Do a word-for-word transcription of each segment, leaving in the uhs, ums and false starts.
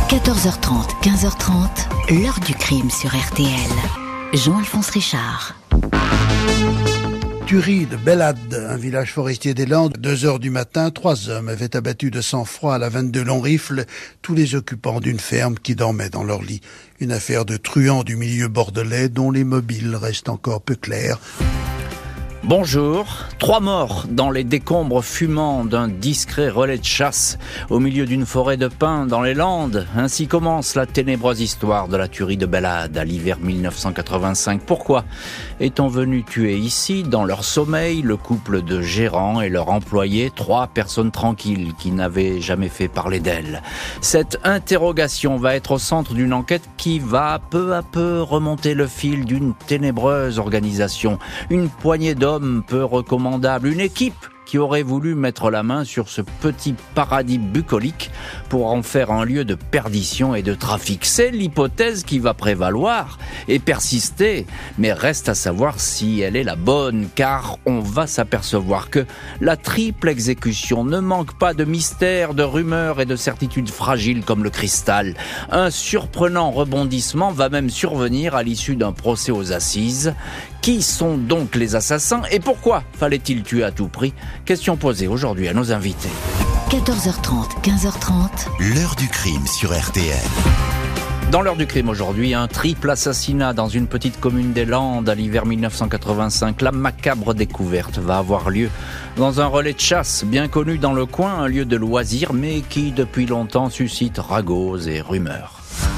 quatorze heures trente, quinze heures trente, l'heure du crime sur R T L. Jean-Alphonse Richard. Tuerie de Belade, un village forestier des Landes. Deux heures du matin, trois hommes avaient abattu de sang-froid à la vingt-deux longs rifles tous les occupants d'une ferme qui dormaient dans leur lit. Une affaire de truands du milieu bordelais dont les mobiles restent encore peu clairs. Bonjour. Trois morts dans les décombres fumants d'un discret relais de chasse au milieu d'une forêt de pins dans les Landes. Ainsi commence la ténébreuse histoire de la tuerie de Belade à l'hiver mille neuf cent quatre-vingt-cinq. Pourquoi est-on venu tuer ici, dans leur sommeil, le couple de gérants et leur employé, trois personnes tranquilles qui n'avaient jamais fait parler d'elles? Cette interrogation va être au centre d'une enquête qui va peu à peu remonter le fil d'une ténébreuse organisation. Une poignée d'hommes peu recommandable, une équipe qui aurait voulu mettre la main sur ce petit paradis bucolique pour en faire un lieu de perdition et de trafic. C'est l'hypothèse qui va prévaloir et persister, mais reste à savoir si elle est la bonne, car on va s'apercevoir que la triple exécution ne manque pas de mystères, de rumeurs et de certitudes fragiles comme le cristal. Un surprenant rebondissement va même survenir à l'issue d'un procès aux assises. Qui sont donc les assassins et pourquoi fallait-il tuer à tout prix? Question posée aujourd'hui à nos invités. quatorze heures trente, quinze heures trente. L'heure du crime sur R T L. Dans l'heure du crime aujourd'hui, un triple assassinat dans une petite commune des Landes à l'hiver mille neuf cent quatre-vingt-cinq. La macabre découverte va avoir lieu dans un relais de chasse bien connu dans le coin, un lieu de loisirs mais qui depuis longtemps suscite ragots et rumeurs.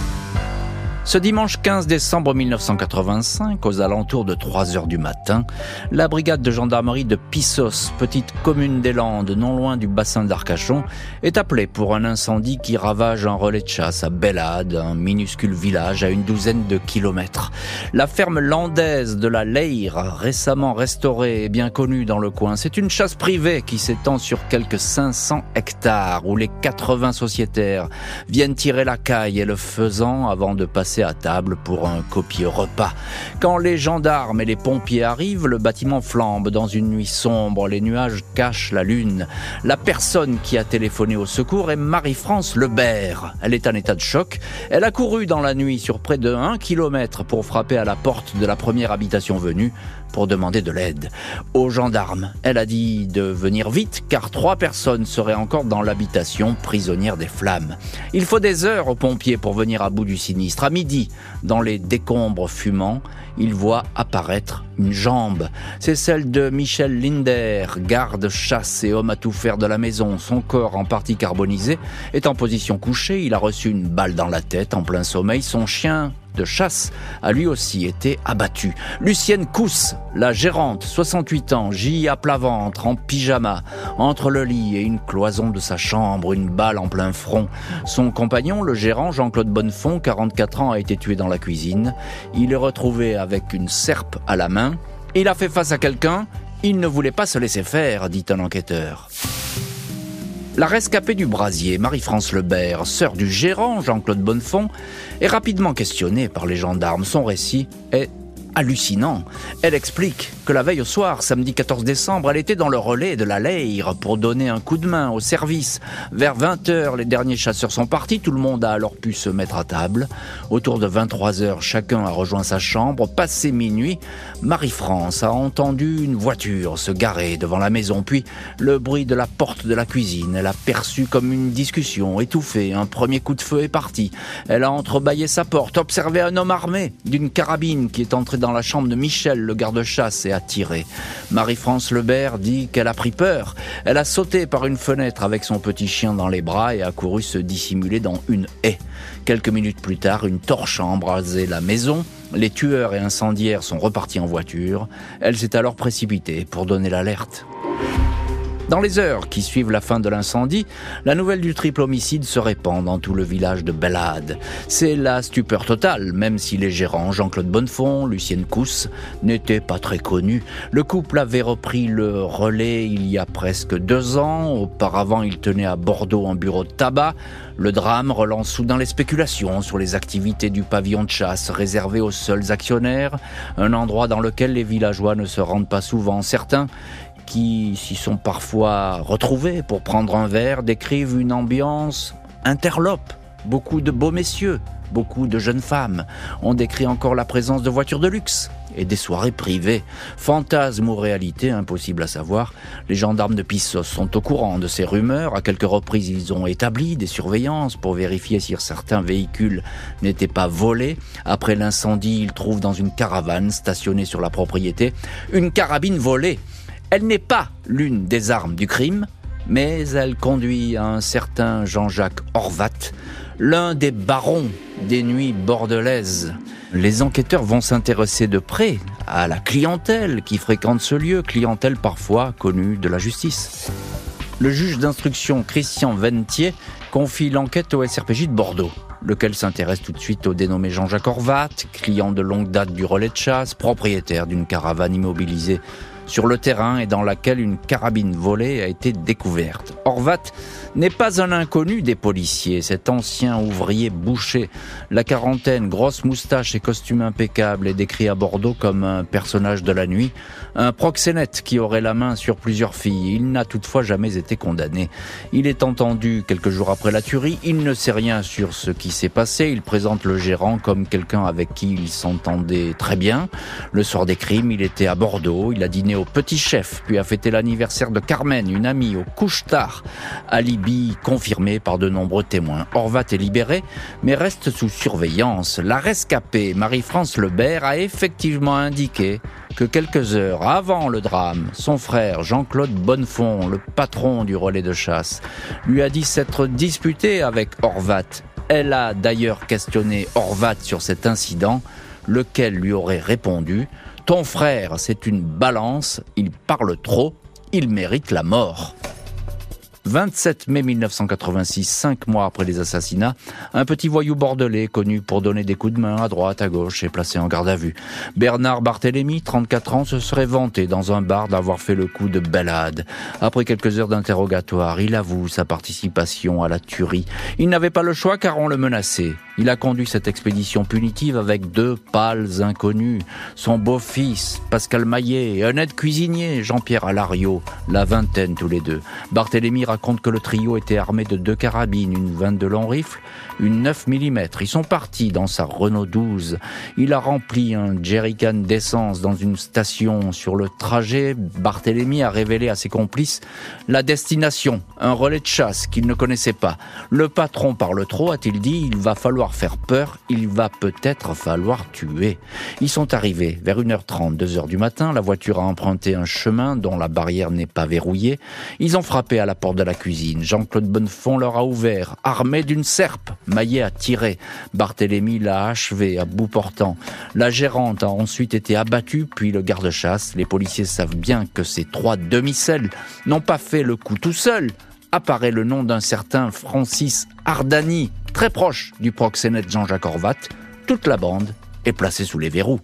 Ce dimanche quinze décembre mille neuf cent quatre-vingt-cinq, aux alentours de trois heures du matin, la brigade de gendarmerie de Pissos, petite commune des Landes, non loin du bassin d'Arcachon, est appelée pour un incendie qui ravage un relais de chasse à Belade, un minuscule village à une douzaine de kilomètres. La ferme landaise de la Leyre, récemment restaurée et bien connue dans le coin, c'est une chasse privée qui s'étend sur quelques cinq cents hectares, où les quatre-vingts sociétaires viennent tirer la caille et le faisan avant de passer à table pour un copieux repas. Quand les gendarmes et les pompiers arrivent, le bâtiment flambe dans une nuit sombre, les nuages cachent la lune. La personne qui a téléphoné au secours est Marie-France Lebert. Elle est en état de choc. Elle a couru dans la nuit sur près de un kilomètre pour frapper à la porte de la première habitation venue pour demander de l'aide. Aux gendarmes, elle a dit de venir vite car trois personnes seraient encore dans l'habitation prisonnières des flammes. Il faut des heures aux pompiers pour venir à bout du sinistre. À midi, dans les décombres fumants, ils voient apparaître une jambe. C'est celle de Michel Linder, garde chasse et homme à tout faire de la maison. Son corps en partie carbonisé est en position couchée. Il a reçu une balle dans la tête en plein sommeil. Son chien de chasse a lui aussi été abattu. Lucienne Cousse, la gérante, soixante-huit ans, gît à plat ventre, en pyjama, entre le lit et une cloison de sa chambre, une balle en plein front. Son compagnon, le gérant, Jean-Claude Bonnefond, quarante-quatre ans, a été tué dans la cuisine. Il est retrouvé avec une serpe à la main. Il a fait face à quelqu'un, il ne voulait pas se laisser faire, dit un enquêteur. La rescapée du brasier, Marie-France Lebert, sœur du gérant Jean-Claude Bonnefond, est rapidement questionnée par les gendarmes. Son récit est hallucinant. Elle explique que la veille au soir, samedi quatorze décembre, elle était dans le relais de la Leyre pour donner un coup de main au service. Vers vingt heures, les derniers chasseurs sont partis. Tout le monde a alors pu se mettre à table. Autour de vingt-trois heures, chacun a rejoint sa chambre. Passé minuit, Marie-France a entendu une voiture se garer devant la maison. Puis le bruit de la porte de la cuisine. Elle a perçu comme une discussion étouffée. Un premier coup de feu est parti. Elle a entrebâillé sa porte, observé un homme armé d'une carabine qui est entré dans la chambre de Michel, le garde-chasse, et a tiré. Marie-France Lebert dit qu'elle a pris peur. Elle a sauté par une fenêtre avec son petit chien dans les bras et a couru se dissimuler dans une haie. Quelques minutes plus tard, une torche a embrasé la maison. Les tueurs et incendiaires sont repartis en voiture. Elle s'est alors précipitée pour donner l'alerte. Dans les heures qui suivent la fin de l'incendie, la nouvelle du triple homicide se répand dans tout le village de Belade. C'est la stupeur totale, même si les gérants Jean-Claude Bonnefond, Lucienne Cousse n'étaient pas très connus. Le couple avait repris le relais il y a presque deux ans. Auparavant, il tenait à Bordeaux un bureau de tabac. Le drame relance soudain les spéculations sur les activités du pavillon de chasse réservé aux seuls actionnaires, un endroit dans lequel les villageois ne se rendent pas souvent. Certains qui s'y sont parfois retrouvés pour prendre un verre décrivent une ambiance interlope beaucoup de beaux messieurs, beaucoup de jeunes femmes. On décrit encore la présence de voitures de luxe et des soirées privées. Fantasme ou réalité, impossible à savoir. Les gendarmes de Pissos sont au courant de ces rumeurs. À quelques reprises, ils ont établi des surveillances pour vérifier si certains véhicules n'étaient pas volés. Après l'incendie, ils trouvent dans une caravane stationnée sur la propriété une carabine volée. Elle n'est pas l'une des armes du crime, mais elle conduit à un certain Jean-Jacques Horvat, l'un des barons des nuits bordelaises. Les enquêteurs vont s'intéresser de près à la clientèle qui fréquente ce lieu, clientèle parfois connue de la justice. Le juge d'instruction Christian Ventier confie l'enquête au S R P J de Bordeaux, lequel s'intéresse tout de suite au dénommé Jean-Jacques Horvat, client de longue date du relais de chasse, propriétaire d'une caravane immobilisée sur le terrain et dans laquelle une carabine volée a été découverte. Horvat n'est pas un inconnu des policiers. Cet ancien ouvrier boucher, la quarantaine, grosse moustache et costume impeccable, est décrit à Bordeaux comme un personnage de la nuit, un proxénète qui aurait la main sur plusieurs filles. Il n'a toutefois jamais été condamné. Il est entendu quelques jours après la tuerie. Il ne sait rien sur ce qui s'est passé. Il présente le gérant comme quelqu'un avec qui il s'entendait très bien. Le soir des crimes, il était à Bordeaux. Il a dîné au Petit Chef, puis a fêté l'anniversaire de Carmen, une amie, au couche-tard. Alibi confirmé par de nombreux témoins. Horvat est libéré, mais reste sous surveillance. La rescapée, Marie-France Lebert, a effectivement indiqué que quelques heures avant le drame, son frère Jean-Claude Bonnefond, le patron du relais de chasse, lui a dit s'être disputé avec Horvat. Elle a d'ailleurs questionné Horvat sur cet incident, lequel lui aurait répondu « Ton frère, c'est une balance, il parle trop, il mérite la mort ». vingt-sept mai mille neuf cent quatre-vingt-six, cinq mois après les assassinats, un petit voyou bordelais connu pour donner des coups de main à droite, à gauche, est placé en garde à vue. Bernard Barthélemy, trente-quatre ans, se serait vanté dans un bar d'avoir fait le coup de Bellade. Après quelques heures d'interrogatoire, il avoue sa participation à la tuerie. Il n'avait pas le choix car on le menaçait. Il a conduit cette expédition punitive avec deux pâles inconnus, son beau-fils, Pascal Maillet, et un aide cuisinier, Jean-Pierre Alario, la vingtaine tous les deux. Barthélemy raconte que le trio était armé de deux carabines, une vingt-deux long rifle, une neuf millimètres. Ils sont partis dans sa Renault douze. Il a rempli un jerrycan d'essence dans une station. Sur le trajet, Barthélemy a révélé à ses complices la destination, un relais de chasse qu'il ne connaissait pas. Le patron parle trop, a-t-il dit, il va falloir faire peur, il va peut-être falloir tuer. Ils sont arrivés vers une heure trente, deux heures du matin. La voiture a emprunté un chemin dont la barrière n'est pas verrouillée. Ils ont frappé à la porte de la cuisine. Jean-Claude Bonnefond leur a ouvert, armé d'une serpe. Maillet a tiré. Barthélemy l'a achevé à bout portant. La gérante a ensuite été abattue, puis le garde-chasse. Les policiers savent bien que ces trois demi-sels n'ont pas fait le coup tout seuls. Apparaît le nom d'un certain Francis Ardani, très proche du proxénète Jean-Jacques Horvat. Toute la bande est placée sous les verrous.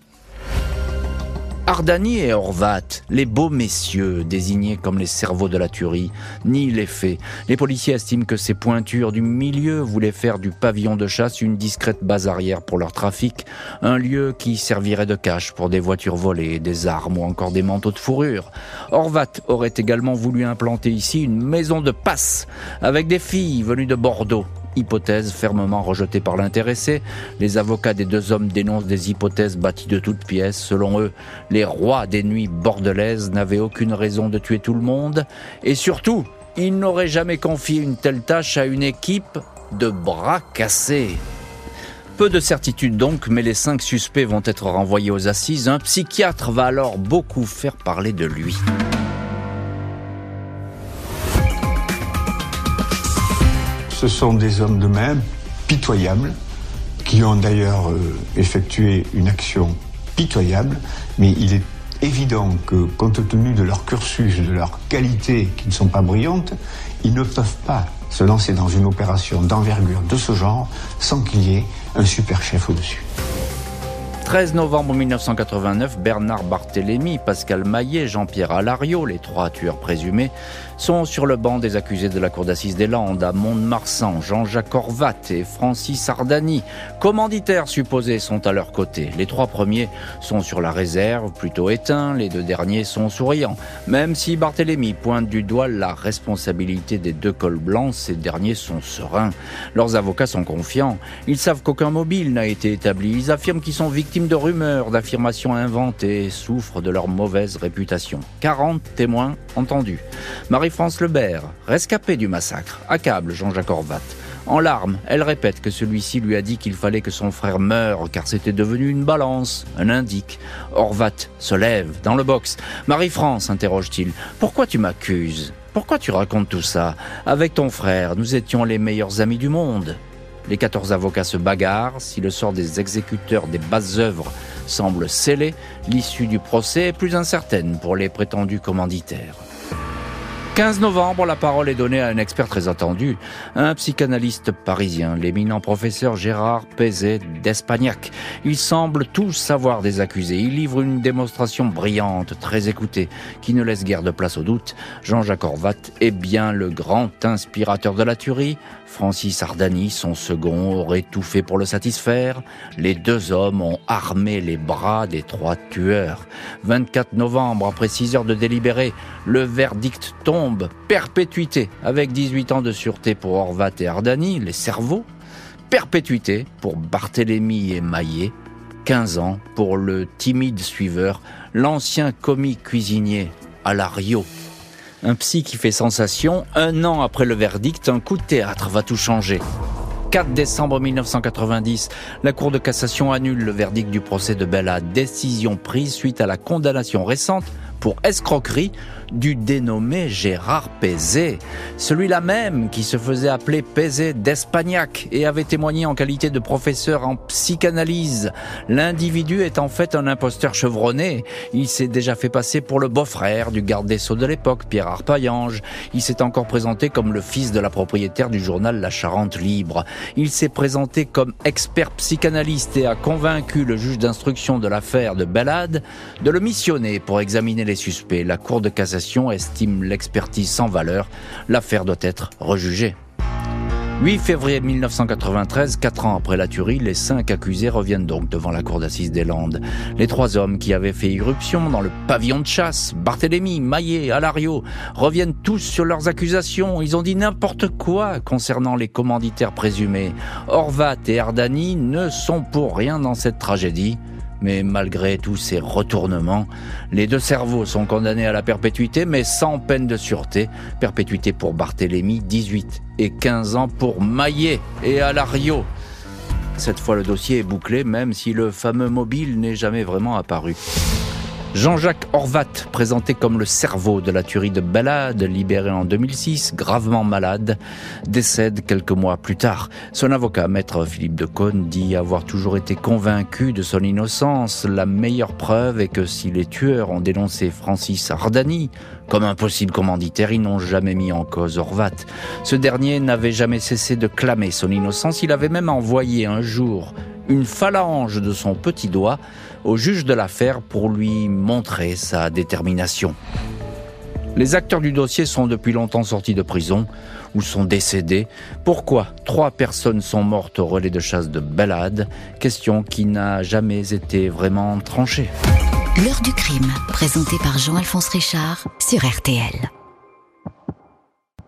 Ardani et Horvat, les beaux messieurs désignés comme les cerveaux de la tuerie, nient les faits. Les policiers estiment que ces pointures du milieu voulaient faire du pavillon de chasse une discrète base arrière pour leur trafic, un lieu qui servirait de cache pour des voitures volées, des armes ou encore des manteaux de fourrure. Horvat aurait également voulu implanter ici une maison de passe avec des filles venues de Bordeaux. Hypothèse fermement rejetée par l'intéressé. Les avocats des deux hommes dénoncent des hypothèses bâties de toutes pièces. Selon eux, les rois des nuits bordelaises n'avaient aucune raison de tuer tout le monde. Et surtout, ils n'auraient jamais confié une telle tâche à une équipe de bras cassés. Peu de certitude donc, mais les cinq suspects vont être renvoyés aux assises. Un psychiatre va alors beaucoup faire parler de lui. Ce sont des hommes de main pitoyables, qui ont d'ailleurs euh, effectué une action pitoyable, mais il est évident que, compte tenu de leur cursus, de leurs qualités qui ne sont pas brillantes, ils ne peuvent pas se lancer dans une opération d'envergure de ce genre sans qu'il y ait un super chef au-dessus. treize novembre mille neuf cent quatre-vingt-neuf, Bernard Barthélemy, Pascal Maillet, Jean-Pierre Alario, les trois tueurs présumés, sont sur le banc des accusés de la cour d'assises des Landes à Mont-de-Marsan. Jean-Jacques Orvat et Francis Ardani, commanditaires supposés, sont à leur côté. Les trois premiers sont sur la réserve, plutôt éteints, les deux derniers sont souriants. Même si Barthélemy pointe du doigt la responsabilité des deux cols blancs, ces derniers sont sereins. Leurs avocats sont confiants. Ils savent qu'aucun mobile n'a été établi. Ils affirment qu'ils sont victimes de rumeurs, d'affirmations inventées et souffrent de leur mauvaise réputation. quarante témoins entendus. Marie-France Lebert, rescapée du massacre, accable Jean-Jacques Orvat. En larmes, elle répète que celui-ci lui a dit qu'il fallait que son frère meure car c'était devenu une balance, un indique. Orvat se lève dans le box. Marie-France, interroge-t-il, pourquoi tu m'accuses ? Pourquoi tu racontes tout ça ? Avec ton frère, nous étions les meilleurs amis du monde. Les quatorze avocats se bagarrent. Si le sort des exécuteurs des basses œuvres semble scellé, l'issue du procès est plus incertaine pour les prétendus commanditaires. quinze novembre, la parole est donnée à un expert très attendu, un psychanalyste parisien, l'éminent professeur Gérard Pézet d'Espagnac. Il semble tout savoir des accusés. Il livre une démonstration brillante, très écoutée, qui ne laisse guère de place au doute. Jean-Jacques Orvat est bien le grand inspirateur de la tuerie. Francis Ardani, son second, aurait tout fait pour le satisfaire. Les deux hommes ont armé les bras des trois tueurs. vingt-quatre novembre, après six heures de délibéré, le verdict tombe. Perpétuité, avec dix-huit ans de sûreté pour Orvat et Ardani, les cerveaux. Perpétuité pour Barthélemy et Maillet. quinze ans pour le timide suiveur, l'ancien commis cuisinier Alario. Un psy qui fait sensation. Un an après le verdict, un coup de théâtre va tout changer. quatre décembre mille neuf cent quatre-vingt-dix, la Cour de cassation annule le verdict du procès de Belade. Décision prise suite à la condamnation récente pour escroquerie du dénommé Gérard Pézet, celui-là même qui se faisait appeler Pézet d'Espagnac et avait témoigné en qualité de professeur en psychanalyse. L'individu est en fait un imposteur chevronné. Il s'est déjà fait passer pour le beau-frère du garde des Sceaux de l'époque, Pierre Arpaillange. Il s'est encore présenté comme le fils de la propriétaire du journal La Charente Libre. Il s'est présenté comme expert psychanalyste et a convaincu le juge d'instruction de l'affaire de Belade de le missionner pour examiner les suspects. La Cour de cassation estime l'expertise sans valeur. L'affaire doit être rejugée. huit février mille neuf cent quatre-vingt-treize, quatre ans après la tuerie, les cinq accusés reviennent donc devant la cour d'assises des Landes. Les trois hommes qui avaient fait irruption dans le pavillon de chasse, Barthélemy, Maillet, Alario, reviennent tous sur leurs accusations. Ils ont dit n'importe quoi concernant les commanditaires présumés. Orvat et Ardani ne sont pour rien dans cette tragédie. Mais malgré tous ces retournements, les deux cerveaux sont condamnés à la perpétuité, mais sans peine de sûreté. Perpétuité pour Barthélemy, dix-huit et quinze ans pour Maillet et Alario. Cette fois, le dossier est bouclé, même si le fameux mobile n'est jamais vraiment apparu. Jean-Jacques Orvat, présenté comme le cerveau de la tuerie de Belade, libéré en deux mille six, gravement malade, décède quelques mois plus tard. Son avocat, maître Philippe de Caunes, dit avoir toujours été convaincu de son innocence. La meilleure preuve est que si les tueurs ont dénoncé Francis Ardani comme un possible commanditaire, ils n'ont jamais mis en cause Orvat. Ce dernier n'avait jamais cessé de clamer son innocence. Il avait même envoyé un jour une phalange de son petit doigt au juge de l'affaire pour lui montrer sa détermination. Les acteurs du dossier sont depuis longtemps sortis de prison ou sont décédés. Pourquoi trois personnes sont mortes au relais de chasse de Belade? Question qui n'a jamais été vraiment tranchée. L'heure du crime, présenté par Jean-Alphonse Richard sur R T L.